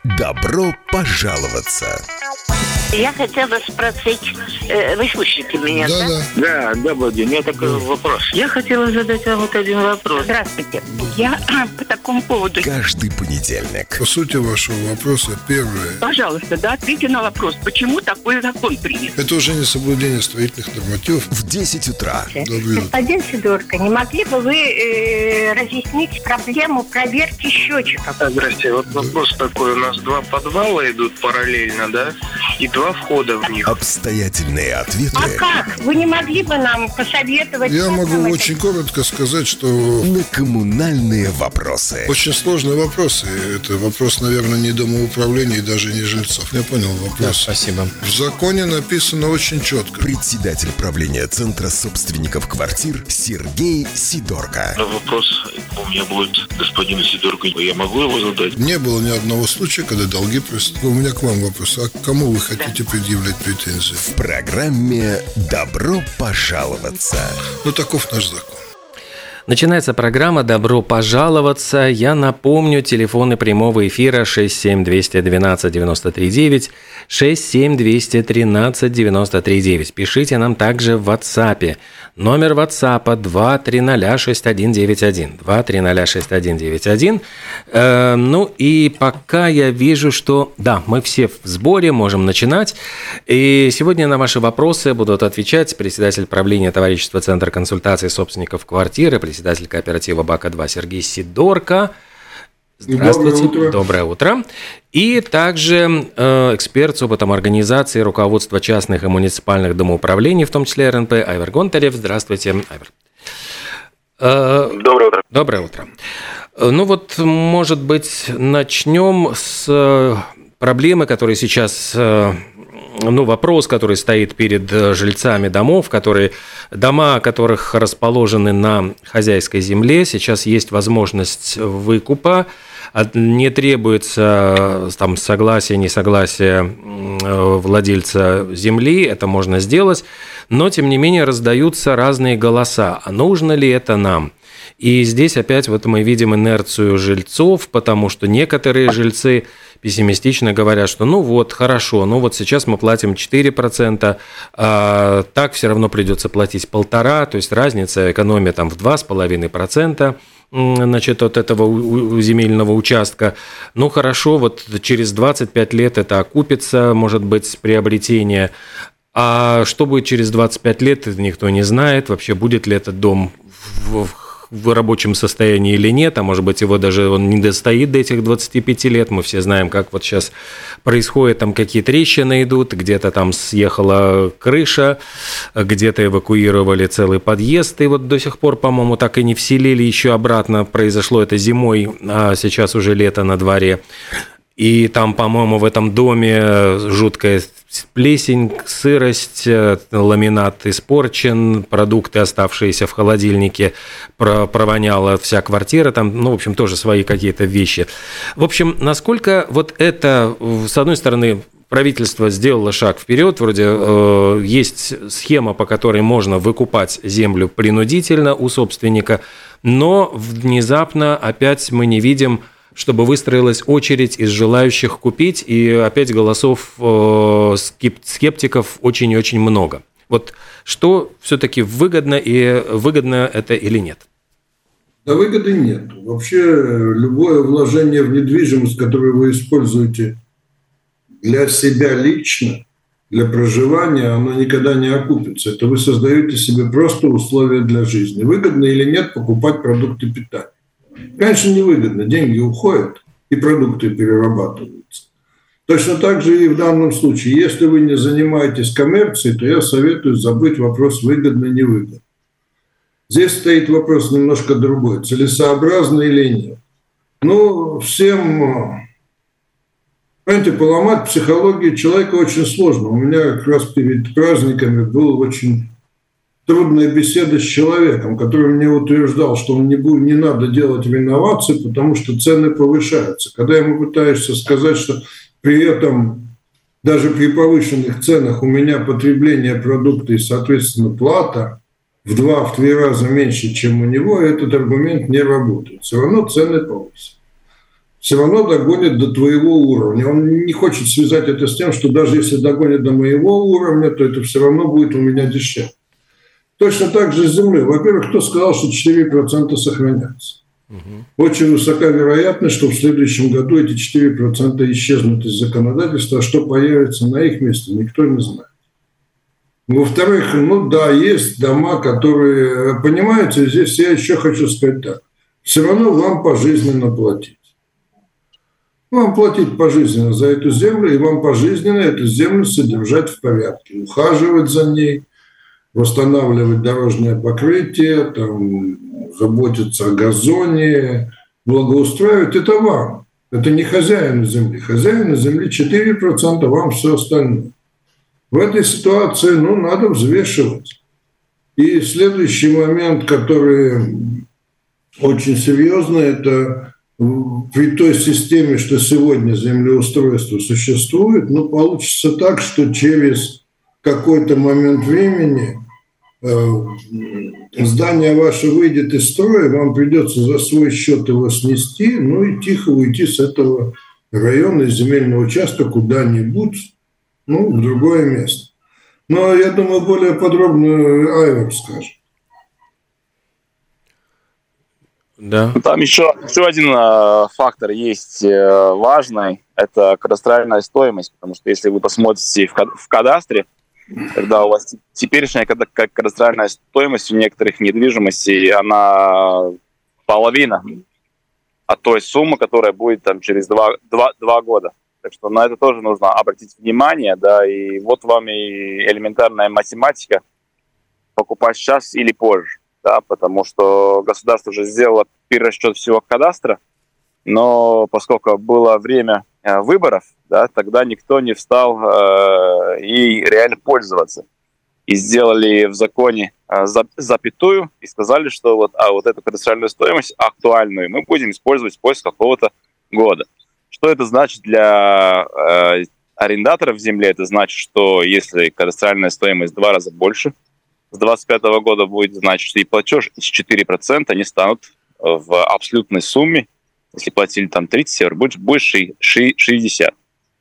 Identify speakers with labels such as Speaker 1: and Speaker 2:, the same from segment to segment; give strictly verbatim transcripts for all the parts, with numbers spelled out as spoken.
Speaker 1: Добро пожаловаться!
Speaker 2: Я хотела спросить, э, вы слышите меня,
Speaker 3: да?
Speaker 2: Да,
Speaker 3: да, да, добрый день. У меня такой да. вопрос. Я хотела задать вам вот один вопрос.
Speaker 2: Здравствуйте. Я по такому поводу...
Speaker 1: Каждый понедельник.
Speaker 3: По сути вашего вопроса, первое...
Speaker 2: Пожалуйста, да, ответьте на вопрос, почему такой закон принят?
Speaker 3: Это уже не соблюдение строительных нормативов.
Speaker 1: В десять утра.
Speaker 4: Господин Сидорко, не могли бы вы э, разъяснить проблему проверки счетчиков?
Speaker 5: Здрасте, вот вопрос такой. У нас два подвала идут параллельно, да? И два входа в них.
Speaker 1: Обстоятельные ответы.
Speaker 4: А как? Вы не могли бы нам посоветовать?
Speaker 3: Я могу очень это... коротко сказать, что...
Speaker 1: На коммунальные вопросы.
Speaker 3: Очень сложные вопросы. Это вопрос, наверное, не домоуправления и даже не жильцов. Я понял вопрос.
Speaker 6: Да, спасибо.
Speaker 3: В законе написано очень четко.
Speaker 1: Председатель правления Центра собственников квартир Сергей Сидорко.
Speaker 7: Вопрос у меня будет господину Сидорко. Я могу его задать?
Speaker 3: Не было ни одного случая, когда долги просят. У меня к вам вопрос. А к кому вы хотите предъявлять претензии?
Speaker 1: В программе «Добро пожаловаться».
Speaker 3: Ну, таков наш закон.
Speaker 6: Начинается программа «Добро пожаловаться». Я напомню, телефоны прямого эфира шесть семь двести двенадцать девяносто три девять, шесть семь двести тринадцать девяносто три девять. Пишите нам также в WhatsApp. Номер WhatsApp два три ноль шесть один девять один. два три ноль шесть один девять один. Э, ну и пока я вижу, что да, мы все в сборе, можем начинать. И сегодня на ваши вопросы будут отвечать председатель правления товарищества Центр консультаций собственников квартиры, председатель кооператива БАКа-два Сергей Сидорко. Здравствуйте. Доброе утро. Доброе утро. И также э, эксперт с опытом организации руководства частных и муниципальных домоуправлений, в том числе эр эн пэ, Айвар Гонтарев. Здравствуйте, Айвар.
Speaker 5: Э, Доброе утро.
Speaker 6: Доброе утро. Ну вот, может быть, начнем с проблемы, которые сейчас... Ну, вопрос, который стоит перед жильцами домов, которые, дома которых расположены на хозяйской земле, сейчас есть возможность выкупа, не требуется там согласие, несогласие владельца земли, это можно сделать, но, тем не менее, раздаются разные голоса. А нужно ли это нам? И здесь опять вот мы видим инерцию жильцов, потому что некоторые жильцы пессимистично говорят, что ну вот, хорошо, ну вот сейчас мы платим четыре процента, а так все равно придется платить полтора, то есть разница, экономия там в два с половиной процента, значит, от этого земельного участка. Ну хорошо, вот через двадцать пять лет это окупится, может быть, приобретение. А что будет через двадцать пять лет, это никто не знает, вообще будет ли этот дом в в рабочем состоянии или нет, а может быть его даже он не достоит до этих двадцати пяти лет. Мы все знаем, как вот сейчас происходит, там какие трещины идут, где-то там съехала крыша, где-то эвакуировали целый подъезд, и вот до сих пор, по-моему, так и не вселили еще обратно. Произошло это зимой, а сейчас уже лето на дворе. И там, по-моему, в этом доме жуткая плесень, сырость, ламинат испорчен, продукты, оставшиеся в холодильнике, провоняла вся квартира, там, ну, в общем, тоже свои какие-то вещи. В общем, насколько вот это, с одной стороны, правительство сделало шаг вперед, вроде э, есть схема, по которой можно выкупать землю принудительно у собственника, но внезапно опять мы не видим, чтобы выстроилась очередь из желающих купить, и опять голосов э, скептиков очень и очень много. Вот что все-таки выгодно, и выгодно это или нет?
Speaker 8: Да, выгоды нет. Вообще любое вложение в недвижимость, которое вы используете для себя лично, для проживания, оно никогда не окупится. Это вы создаете себе просто условия для жизни. Выгодно или нет покупать продукты питания? Конечно, невыгодно. Деньги уходят, и продукты перерабатываются. Точно так же и в данном случае. Если вы не занимаетесь коммерцией, то я советую забыть вопрос выгодно-невыгодно. Здесь стоит вопрос немножко другой. Целесообразно или нет? Ну, всем, понимаете, поломать психологию человека очень сложно. У меня как раз перед праздниками был очень... трудная беседа с человеком, который мне утверждал, что он не, будет, не надо делать реновации, потому что цены повышаются. Когда ему пытаешься сказать, что при этом даже при повышенных ценах у меня потребление продукта и, соответственно, плата в два-три раза меньше, чем у него, этот аргумент не работает. Все равно цены повысятся. все равно догонит до твоего уровня. Он не хочет связать это с тем, что даже если догонит до моего уровня, то это все равно будет у меня дешевле. Точно так же с землей. Во-первых, кто сказал, что четыре процента сохранятся? Угу. Очень высока вероятность, что в следующем году эти четыре процента исчезнут из законодательства, а что появится на их месте, никто не знает. Во-вторых, ну да, есть дома, которые, понимаете, здесь я еще хочу сказать так, все равно вам пожизненно платить. Вам платить пожизненно за эту землю, и вам пожизненно эту землю содержать в порядке, ухаживать за ней, восстанавливать дорожное покрытие, там, заботиться о газоне, благоустраивать. Это вам. Это не хозяину земли. Хозяину земли четыре процента, вам все остальное. В этой ситуации, ну, надо взвешивать. И следующий момент, который очень серьезный, это при той системе, что сегодня землеустройство существует, ну, получится так, что через какой-то момент времени э, здание ваше выйдет из строя, вам придется за свой счет его снести, ну и тихо уйти с этого района, из земельного участка куда-нибудь, ну, в другое место. Но я думаю, более подробно Айвар скажет.
Speaker 6: Да.
Speaker 9: Там еще, еще один э, фактор есть э, важный, это кадастральная стоимость, потому что если вы посмотрите в, в кадастре, когда у вас теперешняя кадастральная стоимость у некоторых недвижимостей, она половина от той суммы, которая будет там через два, два, два года. Так что на это тоже нужно обратить внимание, да, и вот вам и элементарная математика, покупать сейчас или позже. Да, потому что государство уже сделало перерасчет всего кадастра, но поскольку было время э, выборов, да, тогда никто не встал э, и реально пользоваться. И сделали в законе э, запятую и сказали, что вот, а вот эту кадастральную стоимость актуальную мы будем использовать после какого-то года. Что это значит для э, арендаторов земли? Это значит, что если кадастральная стоимость в два раза больше, с двадцать пятого года будет значит, что и платеж из четыре процента они станут в абсолютной сумме, если платили там тридцать евро, будет, будет шестьдесят.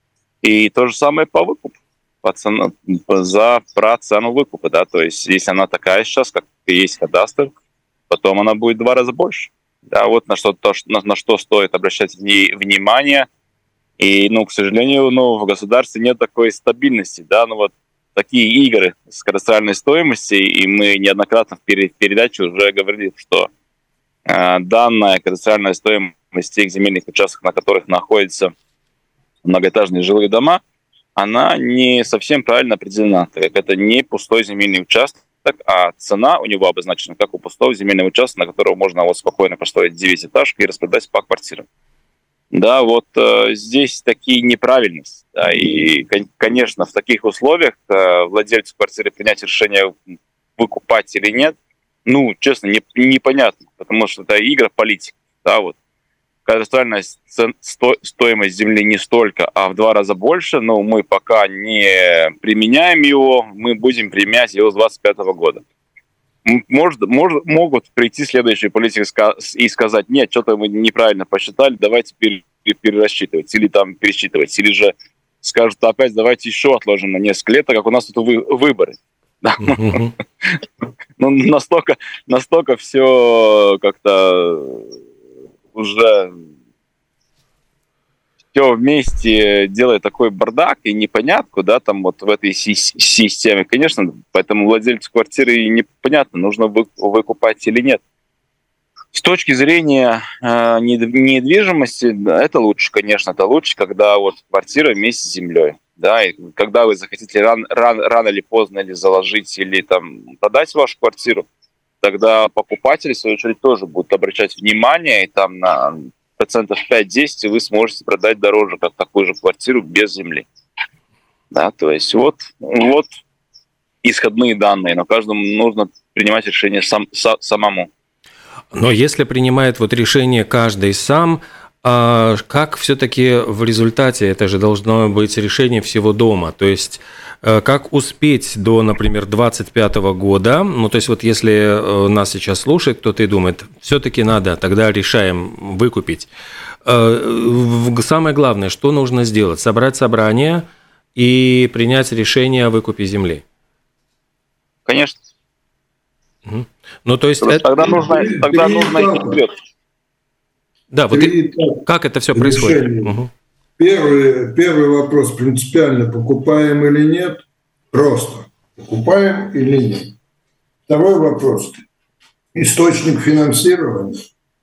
Speaker 9: И то же самое по выкупу, по цену, за про цену выкупа. Да? То есть если она такая сейчас, как и есть кадастр, потом она будет в два раза больше. Да? Вот на что, то, на, на что стоит обращать внимание. И, ну, к сожалению, ну, в государстве нет такой стабильности. Да? Ну, вот такие игры с кадастральной стоимостью, и мы неоднократно в передаче уже говорили, что э, данная кадастральная стоимость тех земельных участков, на которых находятся многоэтажные жилые дома, она не совсем правильно определена, так как это не пустой земельный участок, а цена у него обозначена как у пустого земельного участка, на которого можно вот спокойно построить девятиэтажку и распродать по квартирам. Да, вот э, здесь такие неправильности. Да, и, конечно, в таких условиях э, владельцу квартиры принять решение, выкупать или нет, ну, честно, не, непонятно, потому что это игра политики. Да, вот. Кадастральная сто, стоимость земли не столько, а в два раза больше, но мы пока не применяем его, мы будем применять его с двадцать пятого года. Может, может, могут прийти следующие политики и сказать, нет, что-то мы неправильно посчитали, давайте перерасчитывать или там пересчитывать, или же скажут опять, давайте еще отложим на несколько лет, так как у нас тут выборы. Ну, настолько, настолько все как-то уже все вместе делает такой бардак и непонятку, да, там вот в этой си- системе. Конечно, поэтому владельцу квартиры непонятно, нужно вы- выкупать или нет. С точки зрения э, недвижимости, да, это лучше, конечно, это лучше, когда вот квартира вместе с землей, да, и когда вы захотите ран, ран, рано или поздно или заложить, или там продать вашу квартиру, тогда покупатели, в свою очередь, тоже будут обращать внимание, и там на процентов пять-десять вы сможете продать дороже, как такую же квартиру без земли. Да, то есть вот, вот исходные данные, но каждому нужно принимать решение сам, са, самому.
Speaker 6: Но если принимает вот решение каждый сам, А как все-таки в результате, это же должно быть решение всего дома, то есть как успеть до, например, двадцать пятого года, ну то есть вот если нас сейчас слушает кто-то и думает, все-таки надо, тогда решаем выкупить. Самое главное, что нужно сделать? Собрать собрание и принять решение о выкупе земли.
Speaker 9: Конечно.
Speaker 6: Угу. Ну то есть
Speaker 9: тогда
Speaker 6: это...
Speaker 9: нужно, тогда нужно идти вперед.
Speaker 6: Да, вот и как это все происходит? Угу.
Speaker 8: Первый, первый вопрос принципиально, покупаем или нет? Просто. Покупаем или нет? Второй вопрос. Источник финансирования.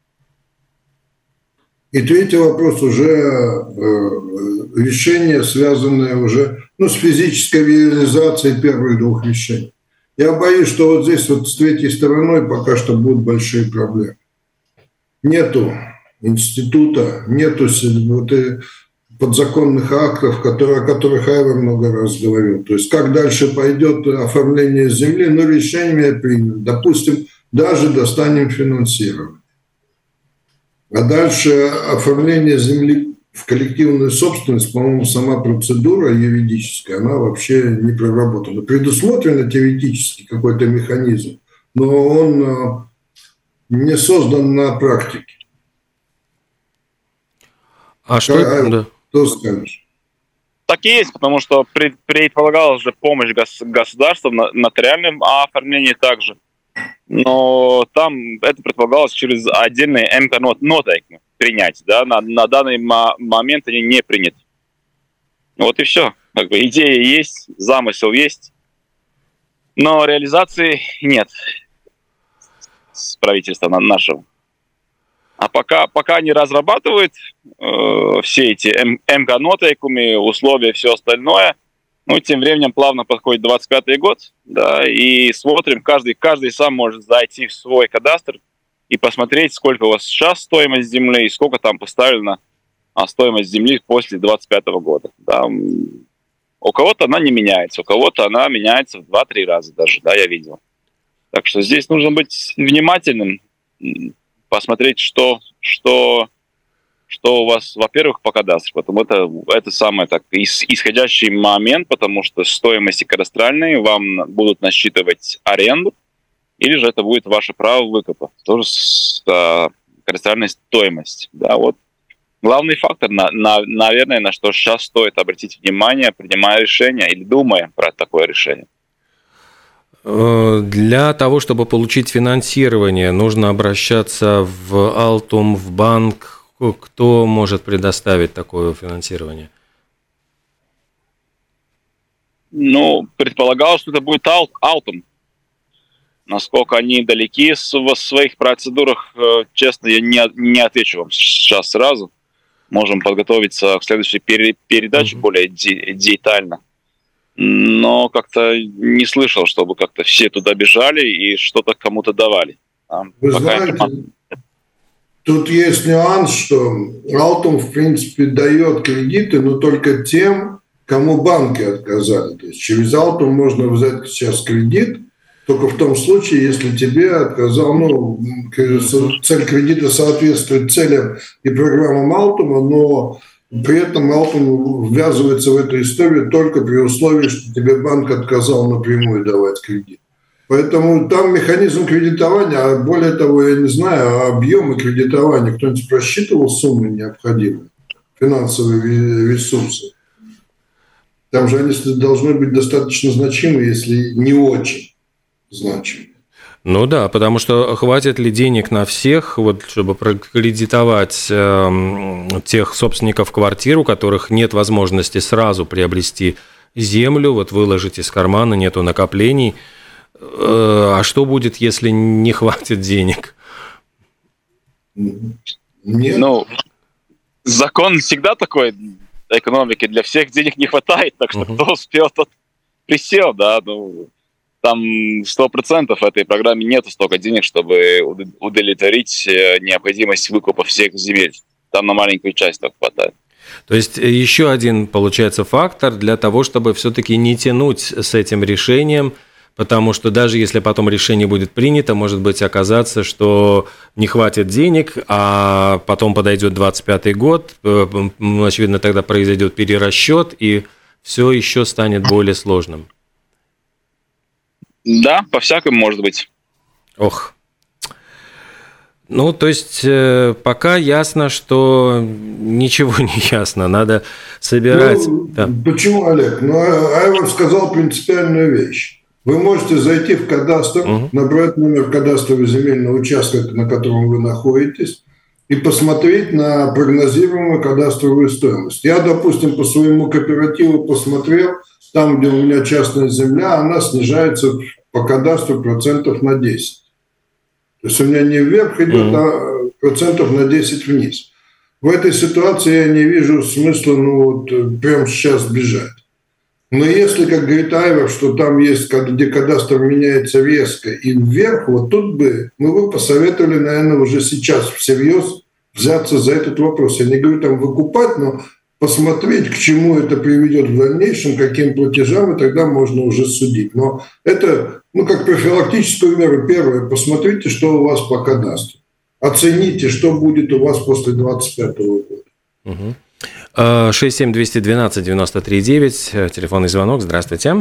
Speaker 8: И третий вопрос уже э, решение, связанное уже ну, с физической реализацией первых двух решений. Я боюсь, что вот здесь вот с третьей стороной пока что будут большие проблемы. Нету института, нету вот, подзаконных актов, которые, о которых Айва много раз говорил. То есть как дальше пойдет оформление земли, ну решение принято. Допустим, даже достанем финансирование. А дальше оформление земли в коллективную собственность, по-моему, сама процедура юридическая, она вообще не проработана. Предусмотрен теоретически какой-то механизм, но он не создан на практике.
Speaker 6: А что, а, да.
Speaker 8: Что скажешь?
Speaker 9: Так и есть, потому что предполагалась же помощь государства в нотариальном оформлении также. Но там это предполагалось через отдельные эм ка нотайки принять. Да? На, на данный момент они не приняты. Вот и все. Как бы идея есть, замысел есть, но реализации нет с правительства нашего. А пока, пока они разрабатывают э, все эти эм ка нотайками, условия, все остальное, ну, тем временем плавно подходит двадцать пятый год, да, и смотрим, каждый, каждый сам может зайти в свой кадастр и посмотреть, сколько у вас сейчас стоимость земли и сколько там поставлена стоимость земли после двадцать пятого года. Да. У кого-то она не меняется, у кого-то она меняется в два-три раза даже, да, я видел. Так что здесь нужно быть внимательным, посмотреть, что, что, что у вас, во-первых, по кадастру. Потому это, это самый так, исходящий момент, потому что стоимости кадастральные вам будут насчитывать аренду, или же это будет ваше право выкупа. Тоже с а, кадастральной стоимостью. Да, вот. Главный фактор, на, на, наверное, на что сейчас стоит обратить внимание, принимая решение или думая про такое решение.
Speaker 6: Для того, чтобы получить финансирование, нужно обращаться в Алтум, в банк. Кто может предоставить такое финансирование?
Speaker 9: Ну, предполагалось, что это будет Алтум. Насколько они далеки в своих процедурах, честно, я не, не отвечу вам сейчас сразу. Можем подготовиться к следующей передаче mm-hmm. более детально. Но как-то не слышал, чтобы как-то все туда бежали и что-то кому-то давали.
Speaker 8: Вы знаете, тут есть нюанс, что Алтум, в принципе, дает кредиты, но только тем, кому банки отказали. То есть через Алтум можно взять сейчас кредит, только в том случае, если тебе отказал, ну, цель кредита соответствует целям и программам Алтума, но при этом Алтум ввязывается в эту историю только при условии, что тебе банк отказал напрямую давать кредит. Поэтому там механизм кредитования, а более того, я не знаю, объемы кредитования. Кто-нибудь просчитывал суммы необходимые, финансовые ресурсы? Там же они должны быть достаточно значимы, если не очень значимы.
Speaker 6: Ну да, потому что хватит ли денег на всех, вот, чтобы прокредитовать э, тех собственников квартир, у которых нет возможности сразу приобрести землю, вот выложить из кармана, нету накоплений. Э, а что будет, если не хватит денег?
Speaker 8: Нет.
Speaker 9: Ну, закон всегда такой экономики, для всех денег не хватает, так что uh-huh. кто успел, тот присел, да, ну... Там сто процентов в этой программе нету столько денег, чтобы удовлетворить необходимость выкупа всех земель. Там на маленькую часть так хватает.
Speaker 6: То есть еще один, получается, фактор для того, чтобы все-таки не тянуть с этим решением, Потому что даже если потом решение будет принято, может быть оказаться, что не хватит денег, а потом подойдет двадцать пятый год, очевидно, тогда произойдет перерасчет, и все еще станет более сложным.
Speaker 9: Да, по-всякому может быть.
Speaker 6: Ох. Ну, то есть, э, пока ясно, что ничего не ясно, надо собирать.
Speaker 8: Ну,
Speaker 6: да.
Speaker 8: Почему, Олег? Ну, Айвар сказал принципиальную вещь. Вы можете зайти в кадастр, угу. набрать номер кадастрового земельного участка, на котором вы находитесь, и посмотреть на прогнозируемую кадастровую стоимость. Я, допустим, по своему кооперативу посмотрел, там, где у меня частная земля, она снижается по кадастру процентов на десять. То есть у меня не вверх идет, а процентов на десять вниз. В этой ситуации я не вижу смысла, ну вот, прямо сейчас бежать. Но если, как говорит Айвар, что там есть, где кадастр меняется резко и вверх, вот тут бы мы бы посоветовали, наверное, уже сейчас всерьез взяться за этот вопрос. Я не говорю там выкупать, но посмотреть, к чему это приведет в дальнейшем, каким платежам, и тогда можно уже судить. Но это, ну, как профилактическую меру, первое, посмотрите, что у вас по кадастру. Оцените, что будет у вас после двадцать пятого года.
Speaker 6: Угу. шесть семь два один два девять три девять, телефонный звонок, здравствуйте.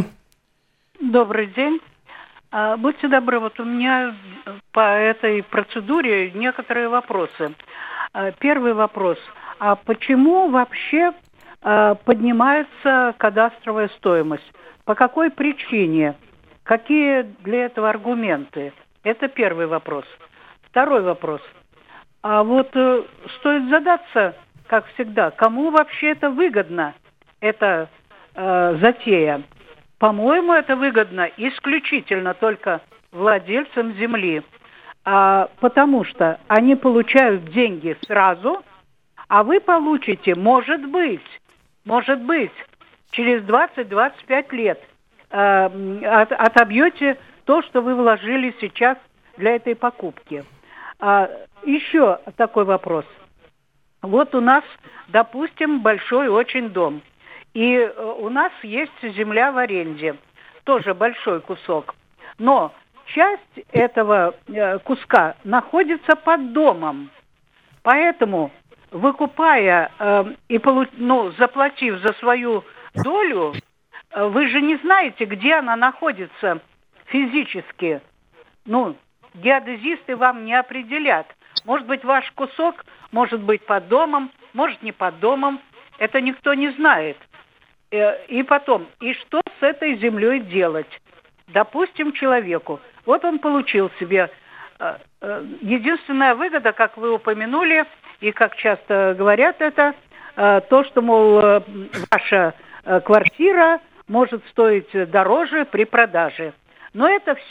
Speaker 10: Добрый день. Будьте добры, вот у меня по этой процедуре некоторые вопросы. Первый вопрос. А почему вообще поднимается кадастровая стоимость? По какой причине? Какие для этого аргументы? Это первый вопрос. Второй вопрос. А вот стоит задаться, как всегда, кому вообще это выгодно, эта э, затея? По-моему, это выгодно исключительно только владельцам земли, а, потому что они получают деньги сразу, а вы получите, может быть, может быть, через двадцать-двадцать пять лет э, от, отобьете то, что вы вложили сейчас для этой покупки. А, еще такой вопрос. Вот у нас, допустим, большой очень дом. И у нас есть земля в аренде. Тоже большой кусок. Но часть этого куска находится под домом. Поэтому, выкупая э, и получ, ну, заплатив за свою долю, вы же не знаете, где она находится физически. Ну, геодезисты вам не определят. Может быть, ваш кусок может быть под домом, может не под домом. Это никто не знает. И потом, и что с этой землей делать? Допустим, человеку. Вот он получил себе. Единственная выгода, как вы упомянули, и как часто говорят это, то, что, мол, ваша квартира может стоить дороже при продаже. Но это все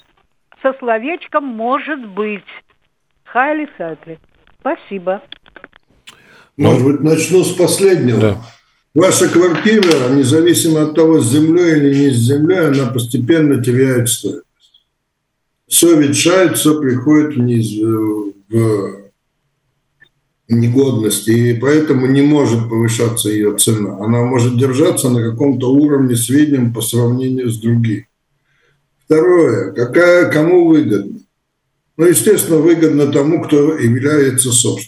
Speaker 10: со словечком «может быть». Хайли Хайли. Спасибо.
Speaker 8: Может быть, начну с последнего.
Speaker 6: Да.
Speaker 8: Ваша квартира, независимо от того, с землей или не с землей, она постепенно теряет стоимость. Все ветшает, все приходит вниз, в негодность, и поэтому не может повышаться ее цена. Она может держаться на каком-то уровне среднем по сравнению с другими. Второе. Какая, кому выгодно? Ну, естественно, выгодно тому, кто является собственником.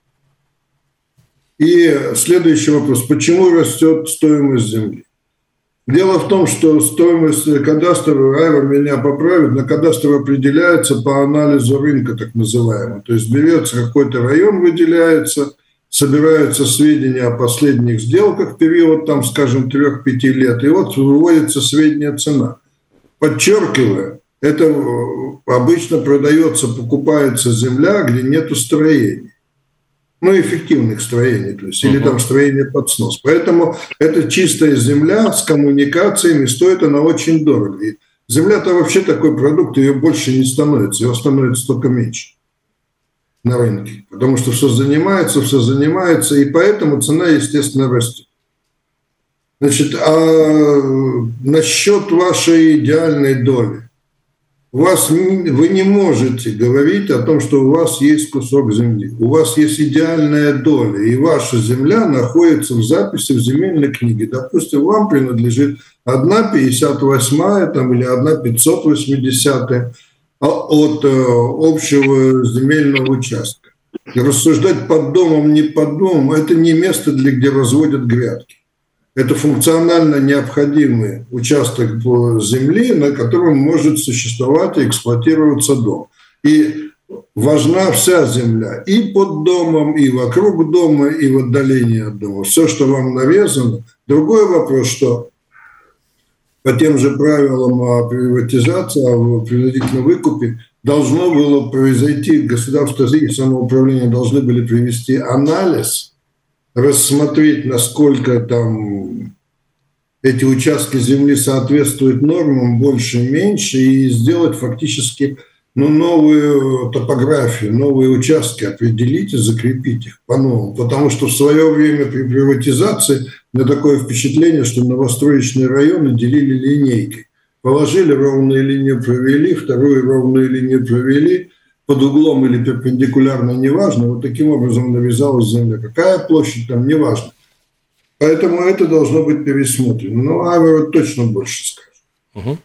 Speaker 8: И следующий вопрос. Почему растет стоимость земли? Дело в том, что стоимость кадастра, Айва меня поправит, на кадастр определяется по анализу рынка, так называемого. То есть берется какой-то район, выделяется, собираются сведения о последних сделках в период, там, скажем, трех-пяти лет, и вот выводится средняя цена. Подчеркиваю, это обычно продается, покупается земля, где нету строений. Ну, эффективных строений, то есть, uh-huh. или там строение под снос. Поэтому это чистая земля с коммуникациями, стоит она очень дорого. И земля-то вообще такой продукт, ее больше не становится, ее становится только меньше на рынке. Потому что все занимается, все занимается, и поэтому цена, естественно, растет. Значит, а насчет вашей идеальной доли. у вас, вы не можете говорить о том, что у вас есть кусок земли. У вас есть идеальная доля, и ваша земля находится в записи в земельной книге. Допустим, вам принадлежит одна пятьдесят восьмая там, или одна пятьсот восьмидесятая от э, общего земельного участка. И рассуждать под домом, не под домом, это не место, для, где разводят грядки. Это функционально необходимый участок земли, на котором может существовать и эксплуатироваться дом. И важна вся земля и под домом, и вокруг дома, и в отдалении от дома. Все, что вам нарезано. Другой вопрос, что по тем же правилам о приватизации, о принудительном выкупе, должно было произойти, государство и самоуправление должны были провести анализ, рассмотреть, насколько там эти участки земли соответствуют нормам, больше, меньше, и сделать фактически ну, новую топографию, новые участки, определить и закрепить их по-новому. Потому что в свое время при приватизации у меня такое впечатление, что новостроечные районы делили линейкой. Положили, ровную линию провели, вторую ровную линию провели, под углом или перпендикулярно, неважно, вот таким образом навязалась земля. Какая площадь там, неважно. Поэтому это должно быть пересмотрено. Ну, Авер точно больше скажет.
Speaker 9: Угу.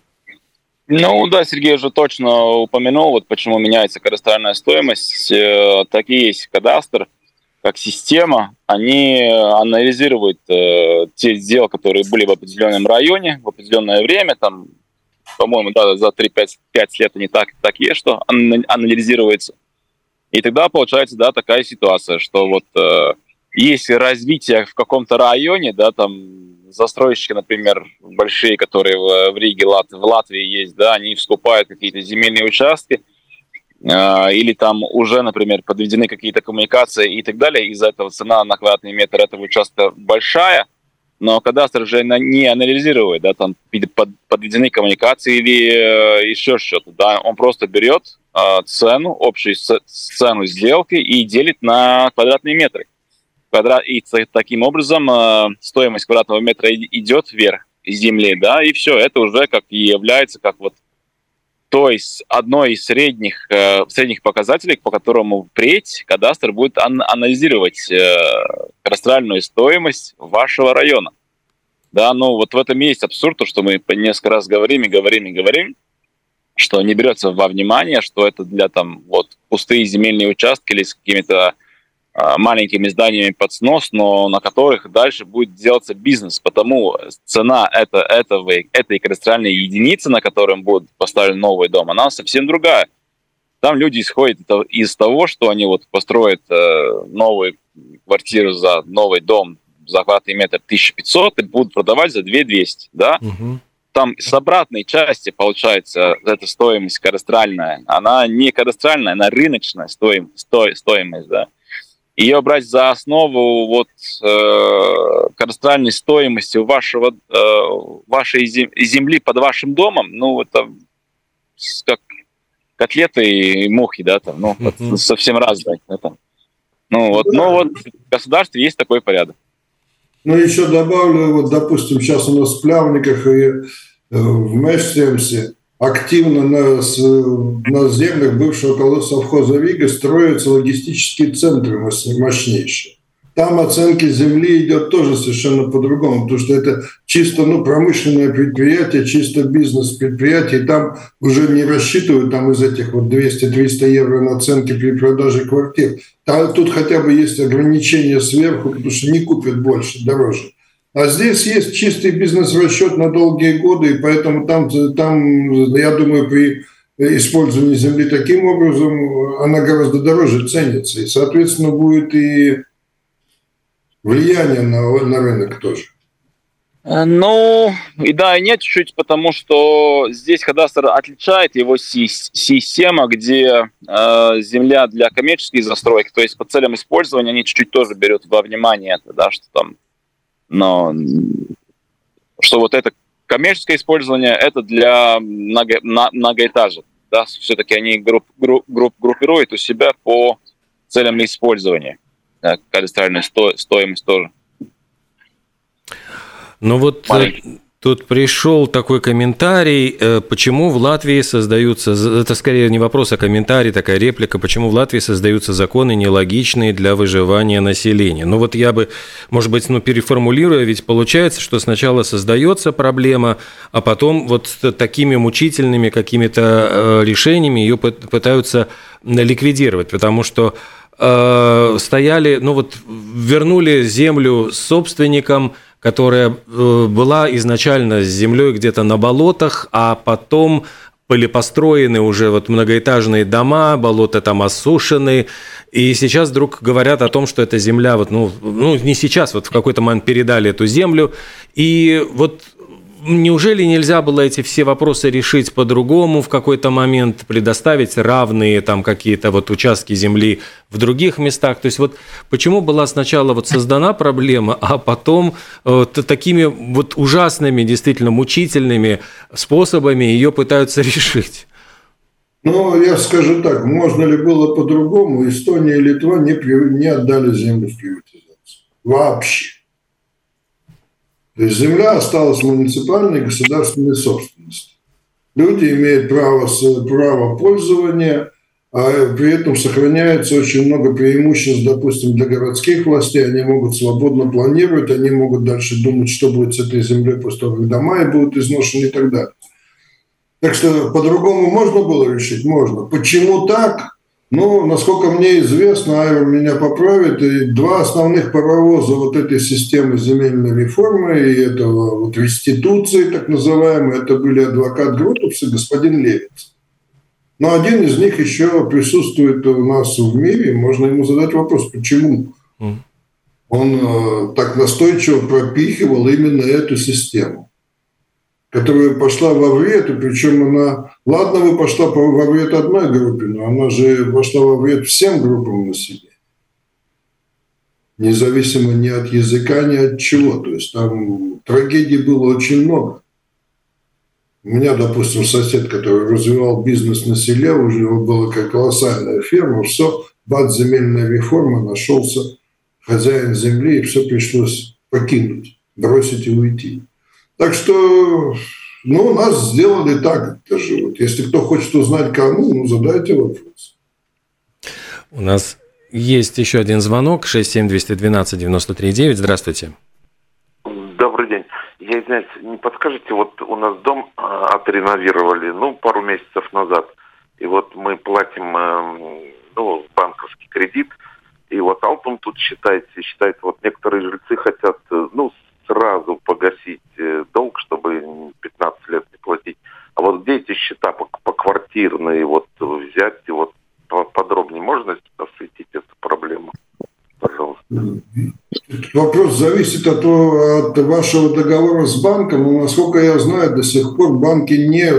Speaker 9: Ну да, Сергей уже точно упомянул, вот почему меняется кадастральная стоимость. Так и есть кадастр, как система. Они анализируют э, те дела, которые были в определенном районе, в определенное время, там, по-моему, да, за три-пять лет они так, так есть, что анализируется. И тогда получается, да, такая ситуация, что вот э, если развитие в каком-то районе, да, там застройщики, например, большие, которые в, в Риге, Лат, в Латвии есть, да, они вскупают какие-то земельные участки, э, или там уже, например, подведены какие-то коммуникации и так далее, из-за этого цена на квадратный метр этого участка большая, но кадастр уже не анализирует, да, там подведены коммуникации или э, еще что-то, да, он просто берет э, цену, общую цену сделки и делит на квадратные метры. Квадрат, и таким образом э, стоимость квадратного метра идет вверх из земли, да, и все, это уже как и является как вот то есть одной из средних, э, средних показателей, по которому впредь кадастр будет ан- анализировать э, кадастральную стоимость вашего района. Да, ну вот в этом и есть абсурд, то, что мы несколько раз говорим и говорим и говорим, что не берется во внимание, что это для там вот пустые земельные участки или с какими-то э, маленькими зданиями под снос, но на которых дальше будет делаться бизнес. Потому цена это, этого, этой кадастральной единицы, на котором будет поставлен новый дом, она совсем другая. Там люди исходят из того, что они вот построят э, новую квартиру за новый дом за квадратный метр тысяча пятьсот и будут продавать за две тысячи двести, да? Угу. Там с обратной части, получается, эта стоимость кадастральная, она не кадастральная, она рыночная стоимость, сто, стоимость, да? Ее брать за основу вот э, кадастральной стоимости вашего, э, вашей земли под вашим домом, ну, это как котлеты и мухи, да, там, ну, mm-hmm. совсем разные. Да, ну, вот, да. Но вот в государстве есть такой порядок.
Speaker 8: Ну, еще добавлю, вот, допустим, сейчас у нас в Плявниках и э, в Межсемсе активно на, с, на землях бывшего совхоза Вига строятся логистические центры мощнейшие. Там оценки земли идет тоже совершенно по-другому, потому что это чисто ну, промышленное предприятие, чисто бизнес-предприятие. Там уже не рассчитывают там, из этих вот двести-триста евро на оценки при продаже квартир. Там, тут хотя бы есть ограничения сверху, потому что не купят больше, дороже. А здесь есть чистый бизнес-расчет на долгие годы, и поэтому там, там, я думаю, при использовании земли таким образом она гораздо дороже ценится. И, соответственно, будет и влияние на, на рынок тоже.
Speaker 9: Ну, и да, и нет чуть-чуть, потому что здесь кадастр отличает его система, где э, земля для коммерческих застроек, то есть по целям использования они чуть-чуть тоже берут во внимание это, да, что там но что вот это коммерческое использование, это для много, на, многоэтажек. Да? Все-таки они групп, групп, групп, группируют у себя по целям использования. Да, кадастральная сто, стоимость тоже.
Speaker 6: Ну вот, Тут пришел такой комментарий, почему в Латвии создаются, это скорее не вопрос, а комментарий, такая реплика, почему в Латвии создаются законы нелогичные для выживания населения. Ну вот я бы, может быть, ну переформулируя, ведь получается, что сначала создается проблема, а потом вот такими мучительными какими-то решениями ее пытаются ликвидировать, потому что э, стояли, ну вот вернули землю собственникам, которая была изначально с землей где-то на болотах, а потом были построены уже вот многоэтажные дома, болота там осушены, и сейчас вдруг говорят о том, что эта земля, вот, ну, ну не сейчас, вот в какой-то момент передали эту землю, и вот неужели нельзя было эти все вопросы решить по-другому в какой-то момент, предоставить равные там какие-то вот участки земли в других местах? То есть вот почему была сначала вот создана проблема, а потом вот такими вот ужасными, действительно мучительными способами ее пытаются решить?
Speaker 8: Ну, я скажу так, можно ли было по-другому? Эстония и Литва не, не отдали землю в приватизацию. Вообще. То есть земля осталась муниципальной государственной собственностью. Люди имеют право, право пользования, а при этом сохраняется очень много преимуществ, допустим, для городских властей. Они могут свободно планировать, они могут дальше думать, что будет с этой землей после того, как дома будут изношены и так далее. Так что по-другому можно было решить? Можно. Почему так? Ну, насколько мне известно, Айвар меня поправит, и два основных паровоза вот этой системы земельной реформы и этого вот реституции, так называемой, это были адвокат Грутовс и господин Левиц. Но один из них еще присутствует у нас в мире, можно ему задать вопрос, почему он э, так настойчиво пропихивал именно эту систему, которая пошла во вред, и причем она... Ладно, вы пошла во вред одной группе, но она же пошла во вред всем группам населения. Независимо ни от языка, ни от чего. То есть там трагедий было очень много. У меня, допустим, сосед, который развивал бизнес на селе, у него была как колоссальная ферма, все, бац, земельная реформа, нашелся хозяин земли, и все пришлось покинуть, бросить и уйти. Так что, ну, нас сделали так даже. Вот. Если кто хочет узнать, кому, ну, задайте вопрос.
Speaker 6: У нас есть еще один звонок. шесть семь два один два девять три девять. Здравствуйте.
Speaker 11: Добрый день. Я, извиняюсь, не подскажете, вот у нас дом отреновировали, ну, пару месяцев назад. И вот мы платим, ну, банковский кредит. И вот Алтум тут считает, считает, вот некоторые жильцы хотят, ну, сразу погасить долг, чтобы пятнадцать лет не платить. А вот где эти счета поквартирные вот взять и вот подробнее можно осветить эту проблему? Пожалуйста.
Speaker 8: Вопрос зависит от, от вашего договора с банком. Но, насколько я знаю, до сих пор банки не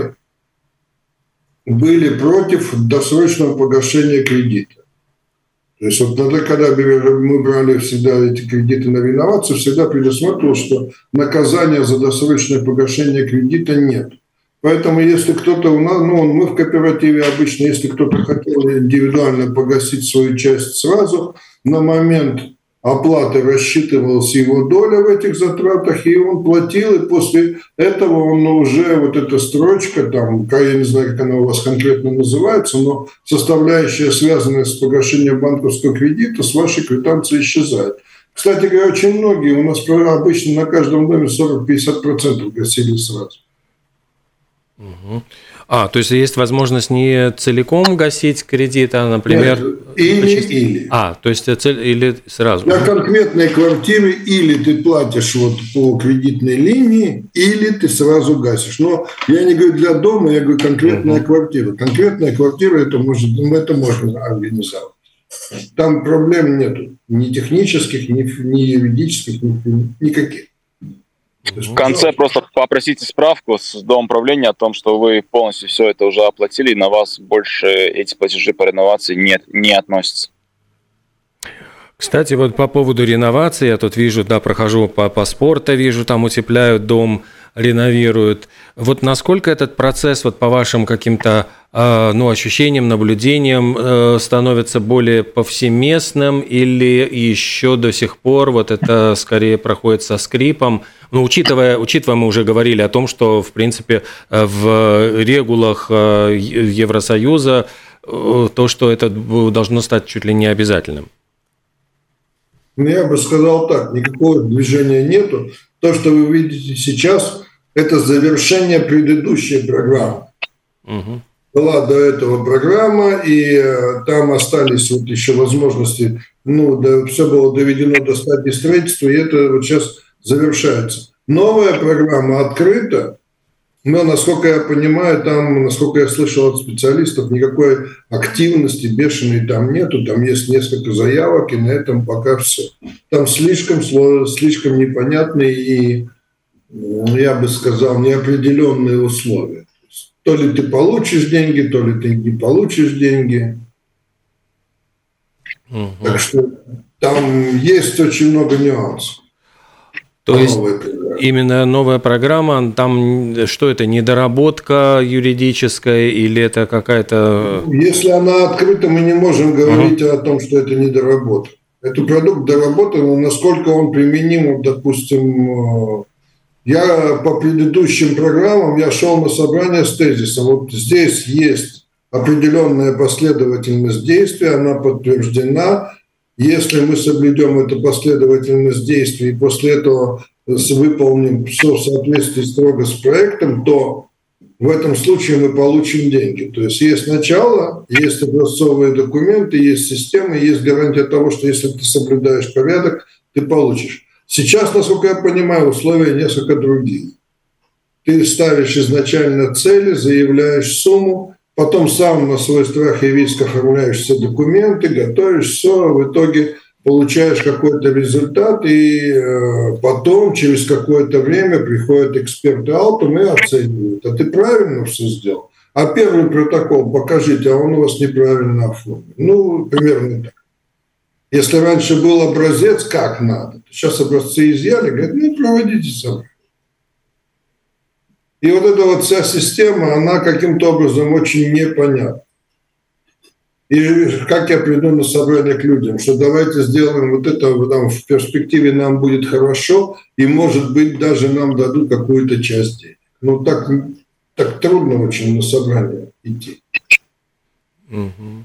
Speaker 8: были против досрочного погашения кредита. То есть вот тогда, когда мы брали всегда эти кредиты на реновацию, всегда предусматривалось, что наказания за досрочное погашение кредита нет. Поэтому если кто-то у нас, ну мы в кооперативе обычно, если кто-то хотел индивидуально погасить свою часть сразу, на момент оплаты рассчитывалась его доля в этих затратах, и он платил, и после этого он уже, вот эта строчка, там, я не знаю, как она у вас конкретно называется, но составляющая, связанная с погашением банковского кредита, с вашей квитанции исчезает. Кстати говоря, очень многие, у нас обычно на каждом доме сорок-пятьдесят процентов гасили сразу.
Speaker 6: Угу. А, то есть есть возможность не целиком гасить кредит, а, например...
Speaker 8: Нет, или-или.
Speaker 6: А, то есть или сразу.
Speaker 8: На конкретной квартире или ты платишь вот по кредитной линии, или ты сразу гасишь. Но я не говорю для дома, я говорю конкретная угу. квартира. Конкретная квартира, это, может, это можно организовать. Там проблем нету. Ни технических, ни, ни юридических, ни, никаких.
Speaker 9: В конце просто попросите справку с Домуправления о том, что вы полностью все это уже оплатили, и на вас больше эти платежи по реновации не, не относятся.
Speaker 6: Кстати, вот по поводу реновации, я тут вижу, да, прохожу по, по спорту, вижу, там утепляют дом, реновируют. Вот насколько этот процесс, вот по вашим каким-то э, ну, ощущениям, наблюдениям, э, становится более повсеместным или еще до сих пор вот это скорее проходит со скрипом? Ну, учитывая, учитывая, мы уже говорили о том, что, в принципе, в регулах Евросоюза то, что это должно стать чуть ли не обязательным.
Speaker 8: Я бы сказал так, никакого движения нету. То, что вы видите сейчас, это завершение предыдущей программы. Угу. Была до этого программа, и там остались вот еще возможности, ну, да, все было доведено до стадии строительства, и это вот сейчас завершается. Новая программа открыта, но, насколько я понимаю, там, насколько я слышал от специалистов, никакой активности бешеной там нету, там есть несколько заявок, и на этом пока все. Там слишком сложно, слишком непонятные и, я бы сказал, неопределенные условия. То ли ты получишь деньги, то ли ты не получишь деньги. Угу. Так что там есть очень много нюансов.
Speaker 6: То есть именно новая программа, там что это, недоработка юридическая или это какая-то...
Speaker 8: Если она открыта, мы не можем говорить uh-huh. о том, что это недоработка. Это продукт доработан, но насколько он применим, допустим... Я по предыдущим программам, я шел на собрание с тезисом. Вот здесь есть определенная последовательность действий, она подтверждена. Если мы соблюдем эту последовательность действий и после этого выполним все в соответствии строго с проектом, то в этом случае мы получим деньги. То есть есть начало, есть образцовые документы, есть система, есть гарантия того, что если ты соблюдаешь порядок, ты получишь. Сейчас, насколько я понимаю, условия несколько другие. Ты ставишь изначально цели, заявляешь сумму, потом сам на свой страх и риск оформляешь все документы, готовишь все, в итоге получаешь какой-то результат, и э, потом, через какое-то время, приходят эксперты Алтум и оценивают. А ты правильно все сделал? А первый протокол покажите, а он у вас неправильно оформлен. Ну, примерно так. Если раньше был образец, как надо, то сейчас образцы изъяли, говорят, ну, проводите собрание. И вот эта вот вся система, она каким-то образом очень непонятна. И как я приду на собрание к людям, что давайте сделаем вот это, там, в перспективе нам будет хорошо, и, может быть, даже нам дадут какую-то часть денег. Ну, так, так трудно очень на собрание идти.
Speaker 6: Угу.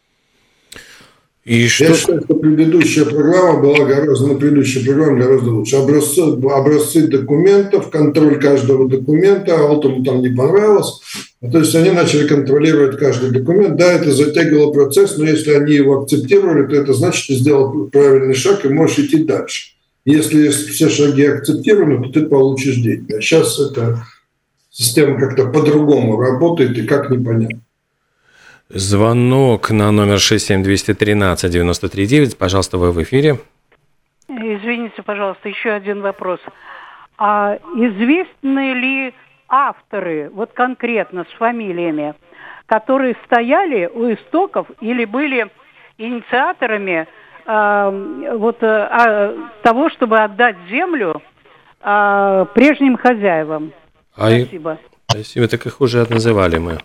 Speaker 6: И
Speaker 8: Я
Speaker 6: что...
Speaker 8: считаю, что предыдущая программа была гораздо, на предыдущей программе гораздо лучше. Образцы, образцы документов, контроль каждого документа, Алтуму там не понравилось. То есть они начали контролировать каждый документ. Да, это затягивало процесс, но если они его акцептировали, то это значит, ты сделал правильный шаг и можешь идти дальше. Если все шаги акцептированы, то ты получишь деньги. А сейчас эта система как-то по-другому работает, и как непонятно.
Speaker 6: Звонок на номер шесть семь два один три девять три девять. Пожалуйста, вы в эфире.
Speaker 10: Извините, пожалуйста, еще один вопрос. А известны ли авторы, вот конкретно с фамилиями, которые стояли у истоков или были инициаторами э, вот, э, того, чтобы отдать землю э, прежним хозяевам?
Speaker 6: А
Speaker 10: Спасибо.
Speaker 6: И... Спасибо, так их уже называли мы.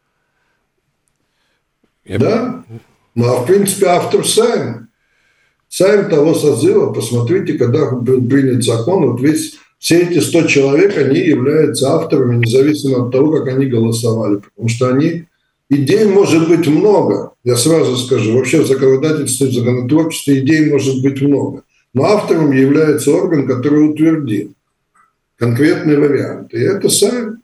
Speaker 8: Я... Да, ну а в принципе автор Сайм. Сайм того созыва, посмотрите, когда был принят закон, вот весь, все эти сто человек, они являются авторами, независимо от того, как они голосовали. Потому что они, идей может быть много, я сразу скажу, вообще в законодательстве, в законотворчестве идей может быть много. Но автором является орган, который утвердит конкретный вариант. И это Сайм.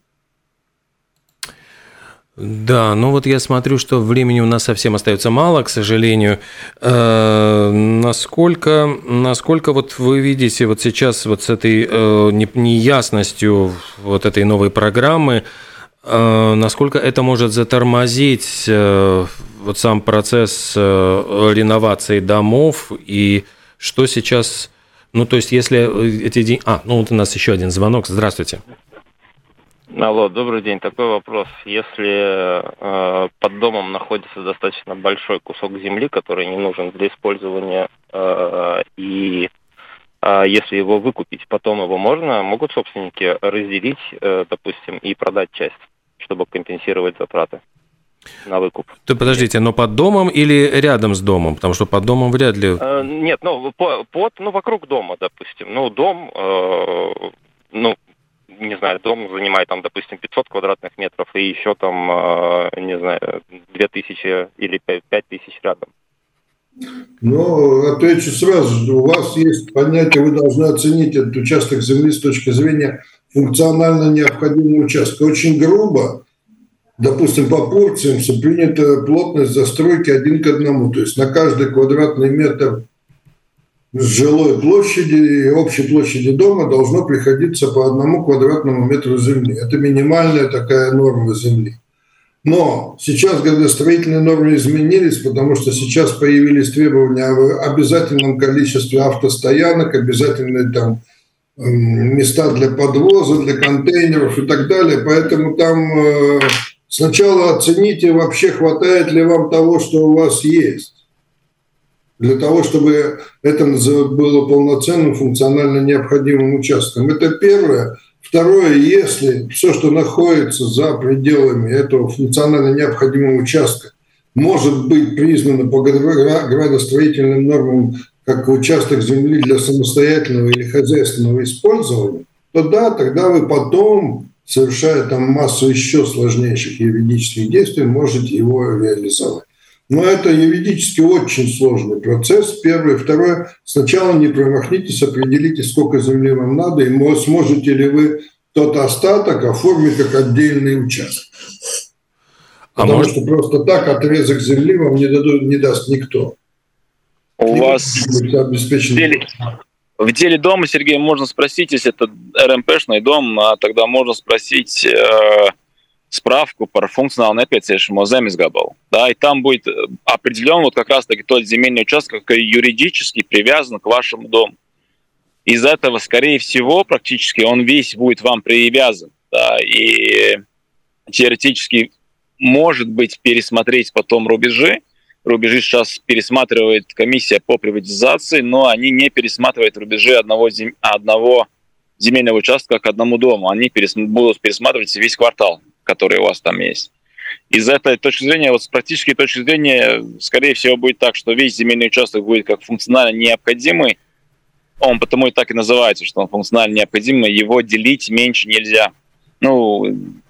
Speaker 6: Да, ну вот я смотрю, что времени у нас совсем остается мало, к сожалению. Э, насколько, насколько вот вы видите вот сейчас вот с этой э, неясностью вот этой новой программы, э, насколько это может затормозить э, вот сам процесс э, реновации домов и что сейчас, ну то есть если эти деньги... А, ну вот у нас еще один звонок, здравствуйте.
Speaker 12: Алло, добрый день. Такой вопрос. Если э, под домом находится достаточно большой кусок земли, который не нужен для использования, э, и э, если его выкупить, потом его можно, могут собственники разделить, э, допустим, и продать часть, чтобы компенсировать затраты на выкуп.
Speaker 6: То подождите, но под домом или рядом с домом? Потому что под домом вряд ли...
Speaker 12: Э, нет, ну, по, под, ну, вокруг дома, допустим. Ну, дом... Э, ну, не знаю, дом занимает там, допустим, пятьсот квадратных метров, и еще там, не знаю, две тысячи или пять тысяч рядом.
Speaker 8: Ну, отвечу сразу, у вас есть понятие, вы должны оценить этот участок земли с точки зрения функционально необходимого участка. Очень грубо, допустим, по порциям принята плотность застройки один к одному, то есть на каждый квадратный метр жилой площади и общей площади дома должно приходиться по одному квадратному метру земли. Это минимальная такая норма земли. Но сейчас градостроительные нормы изменились, потому что сейчас появились требования о обязательном количестве автостоянок, обязательные там места для подвоза, для контейнеров и так далее. Поэтому там э, сначала оцените, вообще хватает ли вам того, что у вас есть. Для того, чтобы это было полноценным, функционально необходимым участком. Это первое. Второе, если все, что находится за пределами этого функционально необходимого участка, может быть признано по градостроительным нормам как участок земли для самостоятельного или хозяйственного использования, то да, тогда вы потом, совершая там массу еще сложнейших юридических действий, можете его реализовать. Но это юридически очень сложный процесс. Первое. Второе. Сначала не промахнитесь, определите, сколько земли вам надо, и сможете ли вы тот остаток оформить как отдельный участок. А Потому может... что просто так отрезок земли вам не, дадут, не даст никто.
Speaker 9: У вас в деле, в деле дома, Сергей, можно спросить, если это эр эм пэ-шный дом, тогда можно спросить... Э- справку про функциональное неpieciešamo zemes gabalu. Да, и там будет определен вот как раз-таки тот земельный участок, который юридически привязан к вашему дому. Из этого, скорее всего, практически он весь будет вам привязан. Да, и теоретически, может быть, пересмотреть потом рубежи. Рубежи сейчас пересматривает комиссия по приватизации, но они не пересматривают рубежи одного, зем... одного земельного участка к одному дому. Они перес... будут пересматривать весь квартал, который у вас там есть. Из этой точки зрения, вот с практической точки зрения, скорее всего, будет так, что весь земельный участок будет как функционально необходимый. Он потому и так и называется, что он функционально необходимый. Его делить меньше нельзя. Ну,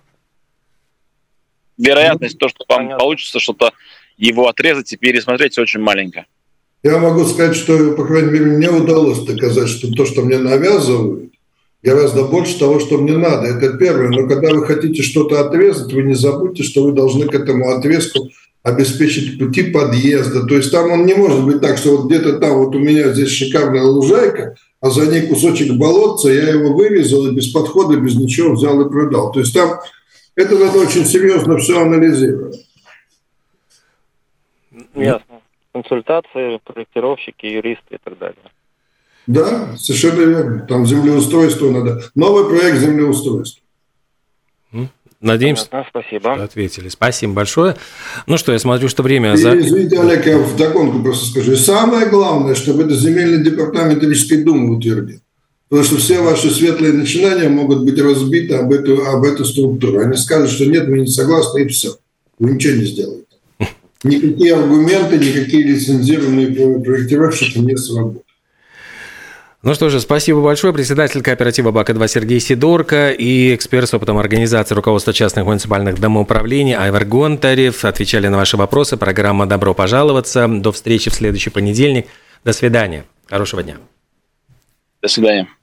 Speaker 9: вероятность, то, что вам получится что-то его отрезать и пересмотреть, очень маленькая.
Speaker 8: Я могу сказать, что, по крайней мере, мне удалось доказать, что то, что мне навязывают, гораздо больше того, что мне надо. Это первое. Но когда вы хотите что-то отрезать, вы не забудьте, что вы должны к этому отрезку обеспечить пути подъезда. То есть там он не может быть так, что вот где-то там вот у меня здесь шикарная лужайка, а за ней кусочек болотца, я его вырезал и без подхода, без ничего взял и продал. То есть там это надо очень серьезно все анализировать.
Speaker 12: Ясно. Консультации, проектировщики, юристы и так далее.
Speaker 8: Да, совершенно верно. Там землеустройство надо. Новый проект землеустройства.
Speaker 6: Надеемся,
Speaker 12: спасибо.
Speaker 6: Ответили. Спасибо большое. Ну что, я смотрю, что время...
Speaker 8: И,
Speaker 6: за...
Speaker 8: Извините, Олег, я вдогонку просто скажу. Самое главное, чтобы это земельный департамент Рижской думы утвердил. Потому что все ваши светлые начинания могут быть разбиты об эту, об эту структуру. Они скажут, что нет, мы не согласны, и все. Вы ничего не сделаете. Никакие аргументы, никакие лицензированные проектировщики не сработают.
Speaker 6: Ну что же, спасибо большое. Председатель кооператива БАКа-два Сергей Сидорко и эксперт с опытом организации руководства частных муниципальных домоуправлений Айвар Гонтарев отвечали на ваши вопросы. Программа «Добро пожаловаться». До встречи в следующий понедельник. До свидания. Хорошего дня.
Speaker 9: До свидания.